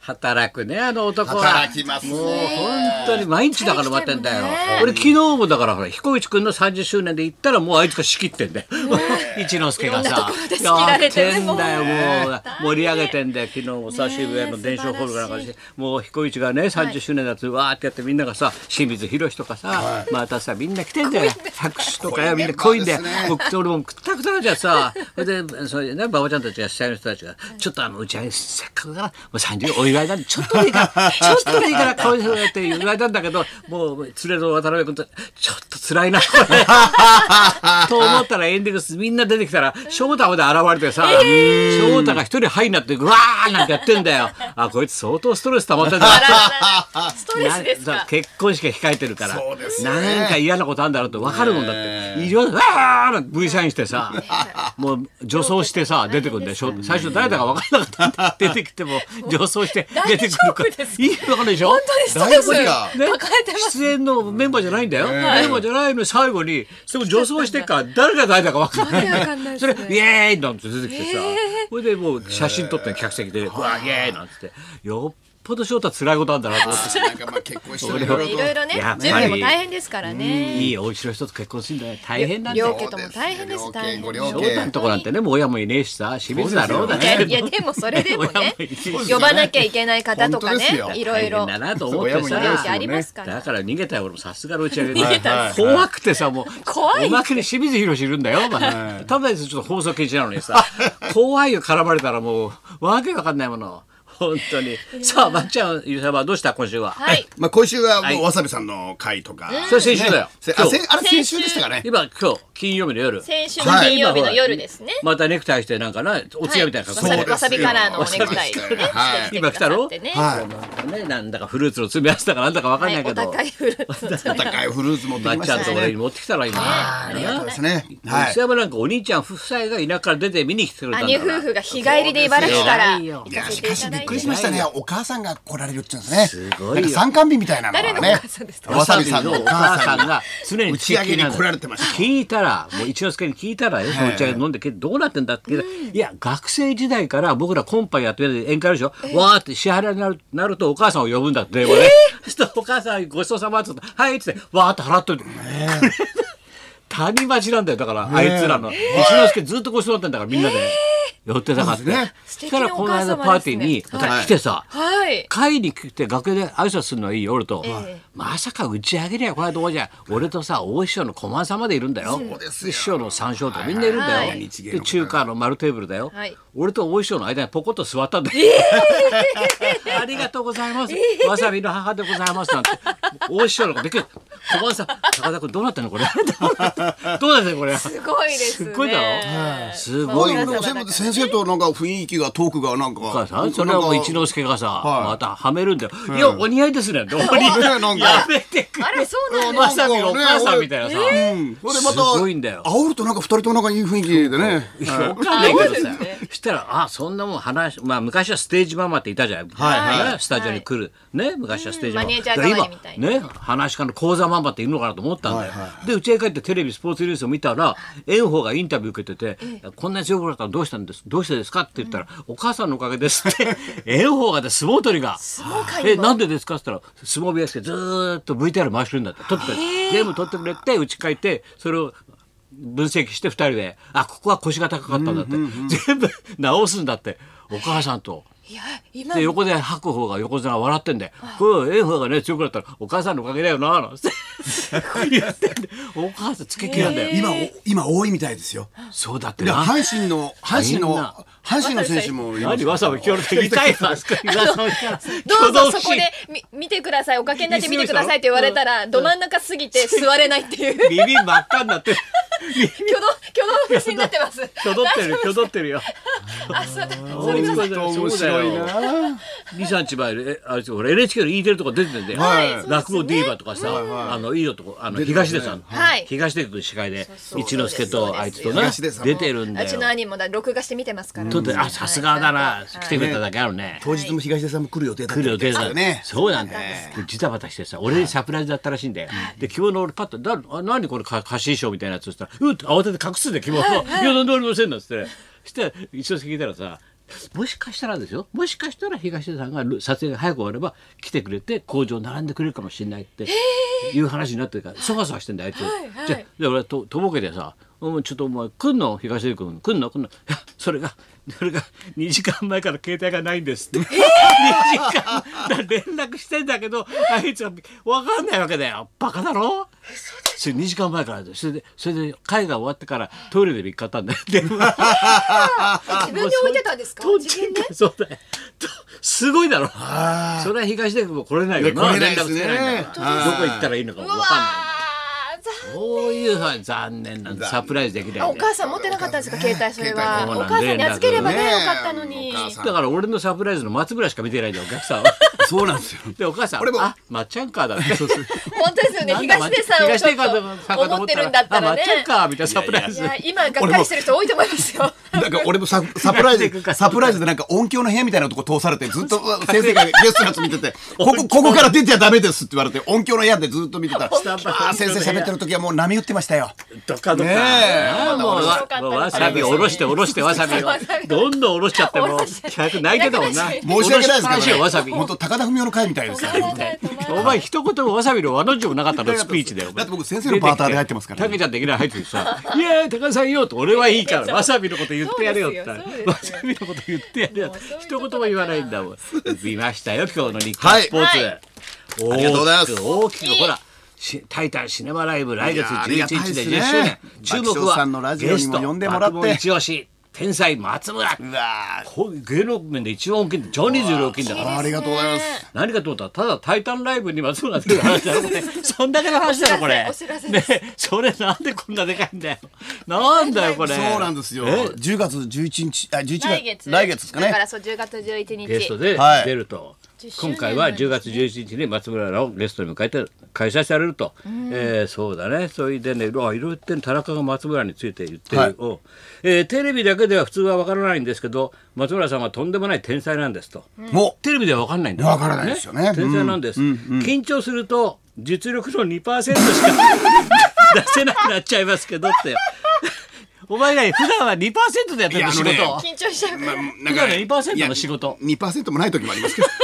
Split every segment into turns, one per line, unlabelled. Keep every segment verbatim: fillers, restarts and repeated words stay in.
働くねあの男は。
働きますね。
もう本当に毎日だから待ってんだよ。俺昨日もだからほら彦一くんのさんじゅっしゅうねんで行ったらもうあいつが仕切ってんだよ。一之輔がさやってんだよ。もう盛り上げてんだよ。昨日もさ渋谷の伝承ホールかなんかしてもう彦一がねさんじゅっしゅうねんだってわーってやってみんながさ清水宏とかさまたさみんな来てんだよ。拍手とかよみんな濃いんだよ。僕俺もくったくたじゃさそれでそれでね馬場ちゃんたちが主催の人たちがちょっとあの打ち上げせっかくだからもうさんじゅうお祝いなんでちょっとでいいからちょっとでいいからこういうふうやって言われたんだけどもう連れの渡辺君とちょっと辛いなこれと思ったらエンディングみんな出てきたら翔太まで現れてさ翔太が一人ハイになってうわーなんてやってんだよ。あこいつ相当ストレス溜まってんだ
ストレスですか。
結婚式控えてるから
そうですね
なんか嫌なことあるんだろうって分かるもんだっていろいろわー ブイ サインしてさもう女装してさ出てくるんだよ。最初誰だか分からなかった出てきても女装して出てくるからいいのかでしょ。
本当にストレス
大丈夫か
ね
抱えてます。
出演のメンバーじゃないんだよ、メンバーじゃないのに最後にそれも女装してっから誰が誰だか分かんない
わけわかんない
それ
ですね
イエーイなんて出てきてさそれでもう写真撮って客席でうわイエーイなんつってよっぽど翔太辛いことあんだなと思って
なんかまあ結婚して
いろいろね
やっぱり
準備も大変ですからね。
いいお家の人と結婚するんだよ大変なんだよ。
両家とも大変です大変です。
両家
翔太のとこなんてねもう親もいねえしさ清水だろうだ
いやいやでもそれでもね呼ばなきゃいけない方とかね
本当ですよ
いろいろ
大変だなと思って
親もいないです
さ
ありますから
だから逃げたよ俺もさすがの打ち上げで
逃げた
ん
怖くてさもう
怖い
おまけに清水宏いるんだよお前ただでちょっと放送禁止なのにさ怖いよ絡まれたらもうわけわかんないもの本当に。さあまっちゃんゆうさばどうした今週は。
はい
まあ今週はもうわさびさんの回とか
それ先週だよ
せ
今日
あせあれ先週でしたかね。
今今日金曜日の夜
先週の金曜日の夜ですね。
またネクタイしてなんかなお通夜みたいな格好
そうですよ
わさびカラーのネクタイね
はい
して
今来たろ
してくださ
は
なんかねなんだかフルーツの詰め合わせだかなんだかわかんないけど、
はいお高いフルーツ
い。お高いフルーツ持って
まっ
きました
ちゃんと俺に
ね。
持ってきたら今。
ありがとうですね。はい
磯。山なんかお兄ちゃん夫妻が田舎から出て見に来てくれたんだ
兄
から。
夫婦が日帰りで茨城から
そうですよ
行
いや
かせいただい
してかしびっくりし
て。
ましたね。お母さんが来られるっていうんですね。
すごいよ
なんか参観日みたいなのがね
誰のお母さんです。か
わさびさんのお母さんが
常に
打ち上げに来られてました。
聞いたらもう一之輔に聞いたらよその打ち上げ飲んでどうなってんだって聞いたらいや学生時代から僕らコンパやって宴会あるでしょわーって支払いになるなるとお母さんを呼ぶんだって電話でそしたらお母さんごちそうさまって言ってはいっつってわーって払っといて谷町なんだよだからあいつらの一之輔ずっとごちそうだったんだからみんなで寄ってたからってそしたらこの間パーティーにまた来てさ
はい。
会に来て楽屋で挨拶するのはいいよ俺と、
ええ
まさか打ち上げりゃこれはどうじゃ俺とさ大師匠の小満さんまでいるんだよ師匠の三章とかみんないるんだよ、
はい
で中華の丸テーブルだよ、
はい
俺と大師匠の間にポコッと座ったんだよ、ありがとうございます、わさびの母でございますなんて大師匠の子びっくり小満さん高田君どうなってんのこれどうなってんのこれ
すごいですね。
すっごいだろ、す
も
ごい
うでも先先生となんか雰囲気がトークがなんか
お母さんそれはもう一之輔がさ、
はい
またはめるんだよ、いやお似合いですねってお似合い
ねなんか
やめてくれ
あれそうなん
わさびのお母さんみたいなさ、
うんそれでまた
すごいんだよ
煽るとなんか二人ともなんかいい雰囲気でね。
わかんないけどさ
そうですね
そしたらあそんなもん話まあ昔はステージママっていたじゃん、
はい
ねスタジオに来る、ね昔はステージママ、
うんマネージャー代わりみたいな
で今ね話し家の講座ママっているのかなと思ったんだよ、
はいは
でうちへ帰ってテレビスポーツニュースを見たら炎鵬がインタビュー受けてて、こんなに強くなったらどうしたんですどうしてですかって言ったら、お母さんのおかげですって炎鵬がで相撲取りがえなんでですかって言ったら相撲部屋来てずーっと ブイティーアール 回してるんだって撮ってくれ全部撮ってくれてうち帰ってそれを分析してふたりであここは腰が高かったんだって、全部直すんだってお母さんと。
いや今
で横で吐く方が横綱が笑ってんで「これ炎鵬がね強くなったらお母さんのおかげだよな」なんて言ってんでお母さんつけきなんだよ。
今お今多いみたいですよ。
そうだってな。
で阪神の阪神の
みんな
阪神の選手もいます
何わさび今日言いたいわ。
どうぞそこでみ見てくださいおかけになって見てくださいって言われたらど真ん中すぎて座れないっていう
耳真っ赤になってる。
挙動挙動不審になってます。
挙動ってる挙動ってるよ。
あそうだ
それが
面白いな。
二三日前えあれですよ俺 エヌエイチケー の E テレとか出てるんで、
はい
落語ディーバとかさ、あのいいよとこあの東出さん、
はい
東出君司会で
そう
一之輔とあいつとね
東出さんも
出てるんだよ。
うちの兄もだ録画して見てますから。
とってあさすがだな来てくれただけあるね。
当日も東出さんも来る予定だった
来る予定だ
よね。
そうなんだよ。ジタバタしてさ俺にサプライズだったらしいんだよ。で着物俺パッとだあ何これか貸衣装みたいなやつしたらうっと慌てて隠すんだよ着物を。いやなんでありませんなんつって。そしたら一之輔聞いたらさもしかしたらですよ、もしかしたら東出さんが撮影が早く終われば来てくれて工場並んでくれるかもしれないっていう話になってるからそわそわしてんだよあいつ、
はいはい、
じゃあで俺ととぼけてさ「お前ちょっとお前来んの東出君来んの来んの」いやそれがそれがにじかんまえから携帯がないんですって、えー、にじかんだ連絡してんだけどあいつは分かんないわけだよバカだろ。それにじかんまえからでそれでそれで会が終わってからトイレで見っかったんだよ
自分で置いてたんですか自分で。
そうだよすごいだろ。それは東出君も来れないよな、
来れないですね、
連絡つけないんだからどこ行ったらいいのか分かんない。そういうのは残念なんだ。サプライズできない。
お母さん持ってなかったんですか携帯。それはお母さんに預ければねよかったのに。
だから俺のサプライズの松村しか見てないんだよお客さんは。
そうなんですよ。
でお母さんあまっちゃんかだって。
本当ですよね。東出さんをちょっと思ってるんだったらね。
まっちゃんかみたいなサプライズ。
いや今がっかりしてる人多いと思いますよ。
なんか俺もササプライズサプライズでなんか音響の部屋みたいなとこ通されてずっと先生がゲストのやつ見ててここここから出ちゃダメですって言われて音響の部屋でずっと見てたらあ先生喋ってる時はもう波打ってましたよ。
どかどか。もうわさびおろしておろしてわさびをどんどんおろしちゃってもう客泣いてたもんな。
申し訳ないですけど
わさび。
本当高田文夫の会みたいです。
お前一言もわさびの和の字もなかったのスピーチで。
だって僕先生のバーターで入ってますから。
たけちゃん的な入ってさ「いや高田さんよ」と俺はいいからわさびのこと言ってやれよってわさびのこと言ってやれよ一言も言わないんだもん。見ましたよ今日の日刊スポーツ。
ありがとうございます。
大きくほらタイタンシネマライブ来月じゅういちにちでじゅっしゅうねん。注目はゲスト爆問一押し天才松村。
うわ
芸能面で一番大きいんでジャニーズより大きいんだから。
ありがとうございます。
何かと思ったらただタイタンライブに松村っていう話だろね。そんだけの話だろこれ。ねそれなんでこんなでかいんだよ。なんだよこれ。
そうなんですよ。じゅうがつじゅういちにちあじゅういちがつ
来月
来月ですかね。
だからそうじゅうがつじゅういちにち
ゲストで出ると。今回はじゅうがつじゅういちにちに松村をゲストに迎えて開催されると、えー、そうだね。それでねいろいろ言って田中が松村について言ってる、はいえー、テレビだけでは普通は分からないんですけど松村さんはとんでもない天才なんですと、うん、テレビでは分かんないんだ
分からないですよね。
天才なんです、うんうんうん、緊張すると実力の にパーセント しか出せなくなっちゃいますけどってお前ね普段は にパーセント でやってる仕事、ね、
緊張しちゃうから、ま、
普段の にパーセント の仕事
にパーセント もない時もありますけど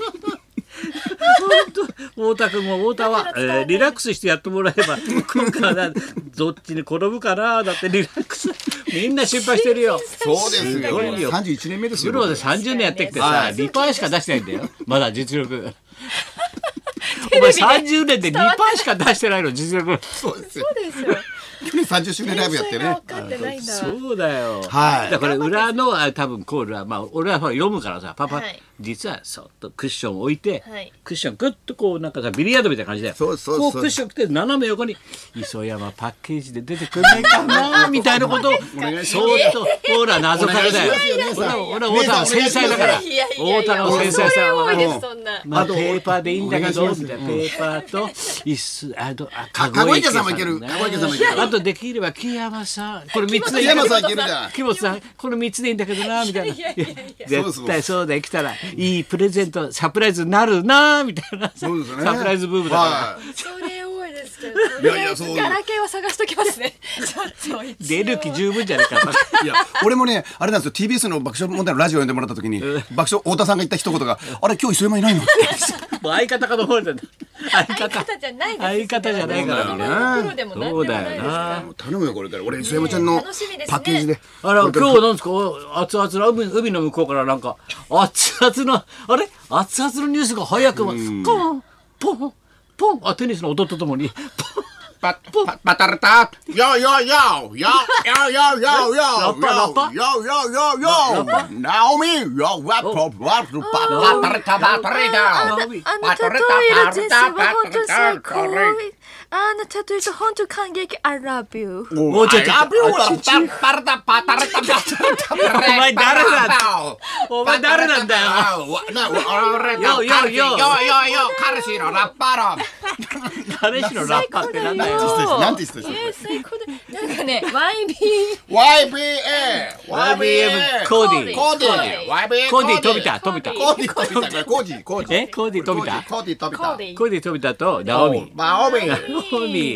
太田君も太田は、えー、リラックスしてやってもらえば今回はどっちに転ぶかなだってリラックスみんな心配してるよ。
そうですよ。さんじゅういちねんめですよ。
プロでさんじゅうねんやってきてさ にパーセント しか出してないんだよまだ実力お前さんじゅうねんで にパーセント しか出してないの実力。
そうですよ。
そうですよ
去年さんじゅっしゅうねんライブやってね。
そうだよ。
はい。
だから裏の多分コールはまあ俺は読むからさパパ、はい、実はそっとクッション置いて、はい、クッショングッとこうなんかさビリヤードみたいな感じで
そうそう
こうクッションって斜め横に磯山パッケージで出てくれないかなみたいなことをそーっとほら謎かけだよ。俺は太田の繊細だから太田の繊細さはまあペーパーでいいんだけどみたいなペーパーと椅子あと
籠池さんもいける。籠池さんもいける。
あとできれば木山さんこれみっつで
木山さんいけるじゃん。
木本さんこれみっつでいいんだけどなみたいな絶対そうできたらいいプレゼントサプライズになるなみたいなサプライズブームだから
それ多いですけどいやいやそうガラケーを探しときますねちょっと
出る気十分じゃないか
いや俺もねあれなんですよ ティービーエス の爆笑問題のラジオ呼んでもらった時に爆笑太田さんが言った一言があれ今日磯山いないの
もう相方かと思われたんだ
相方じゃないです
相方じゃないから
プロでも何でもないですか
頼むよこれから俺磯山ちゃんのパッケージで
あら今日なんですか熱々の海海の向こうからなんか熱々のあれ熱々のニュースが早くもポンポンポンあテニスの音とともに
パパパタルタヨヨヨヨヨヨヨヨヨヨヨヨヨナオミヨワポワポパタルタパタルタ
あなたといる人生は本当最高あなたといると本当感激 I love you
もうちょっと
I love you パタルタパタルタパタルタ
お前誰なんだお前誰なんだよ
ヨヨヨヨヨヨ彼氏のラッパー
彼氏のラッパーってなんだよ
なんて言ってたん
ですか。えー、最高でなんかね ワイビー
ワイビーエー
ワイビーエム コーディ
コーディ ワイビーエー
コーディ飛びた飛びた
コーディ飛びたコーディコーディ
えコーディ飛びた
コーディ飛びた
コーディ飛びたとナオミ
ナオミ
ナオミ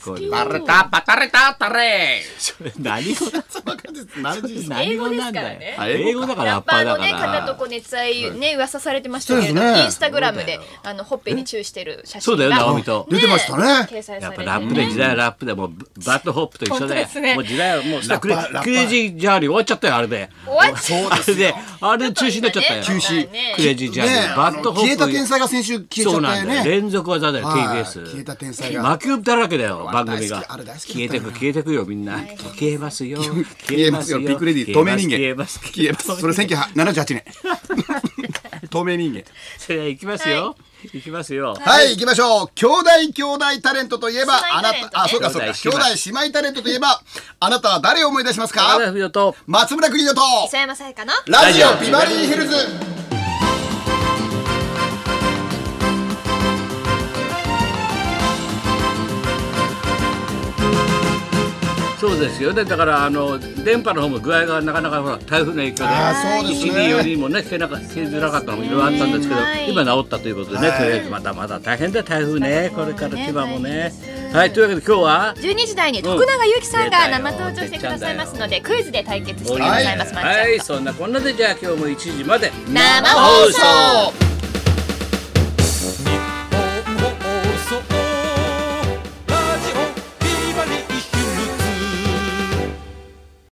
こういう
バレたバタレタタレ。
それ何語だ
そんな感じです。何時ですか。
何語なんだよ。
あ
英語だからラ
ラッパーの
ッパーだか
ね方と
ら。
こう熱愛ね噂されてましたけれども、
そうですね
インスタグラムであのほっぺにチューしてる写真
そうだよ
が
直美と。
出てましたね。
掲載されて
やっぱラップで時代はラップでもうバッドホップと一緒
本当
で
ですね
もう時代はもう
ラッパー
クレ
ラッパー
クレイジージャーニー終わっちゃったよあれで。
終わっちゃ
そう
あれであれで中止になっちゃったよ。
休止
ね
クレイジージャーニ
ね
ーバッドホップ
消えた天才が先週消えちゃ
そう
ったよね。
なんだよ連続技だよ ティービーエス
はい消えた天才が
魔球だらけだよ
あ
番組が
大好きあれ大好きだった
消えてく消えてくよみんな消えますよ
消えますよ。ビッグレディ透明人間。
消えます
消えます。それせんきゅうひゃくななじゅうはちねん。透明人間。
それでは行きますよ行きますよ
はい、行きましょう。兄弟兄弟タレントといえば、あな
姉妹タレントね
た、あ、そうかそうか。兄弟
兄弟姉
姉妹タレントといえば、あなたは誰を思い出しますか。
原田文と
松村邦洋と、
磯山さやかの
ラジオビバリーヒルズ。
そうですよねだからあの電波の方も具合がなかなかほら台風の影響で
あーそうですね
いちによにもね聞けなか聞きづらかったのもいろいろあったんですけど
はい
今治ったということでねとりあえずまだまだ大変だよ台風ねこれから千葉もねはいというわけで今日は
じゅうにじ台に徳永ゆうきさんが
うん
生登場してくださいますのでクイズで対決してくだ
はい
さいます。まっちゃんと
はいそんなこんなでじゃあ今日もいちじまで
生放送。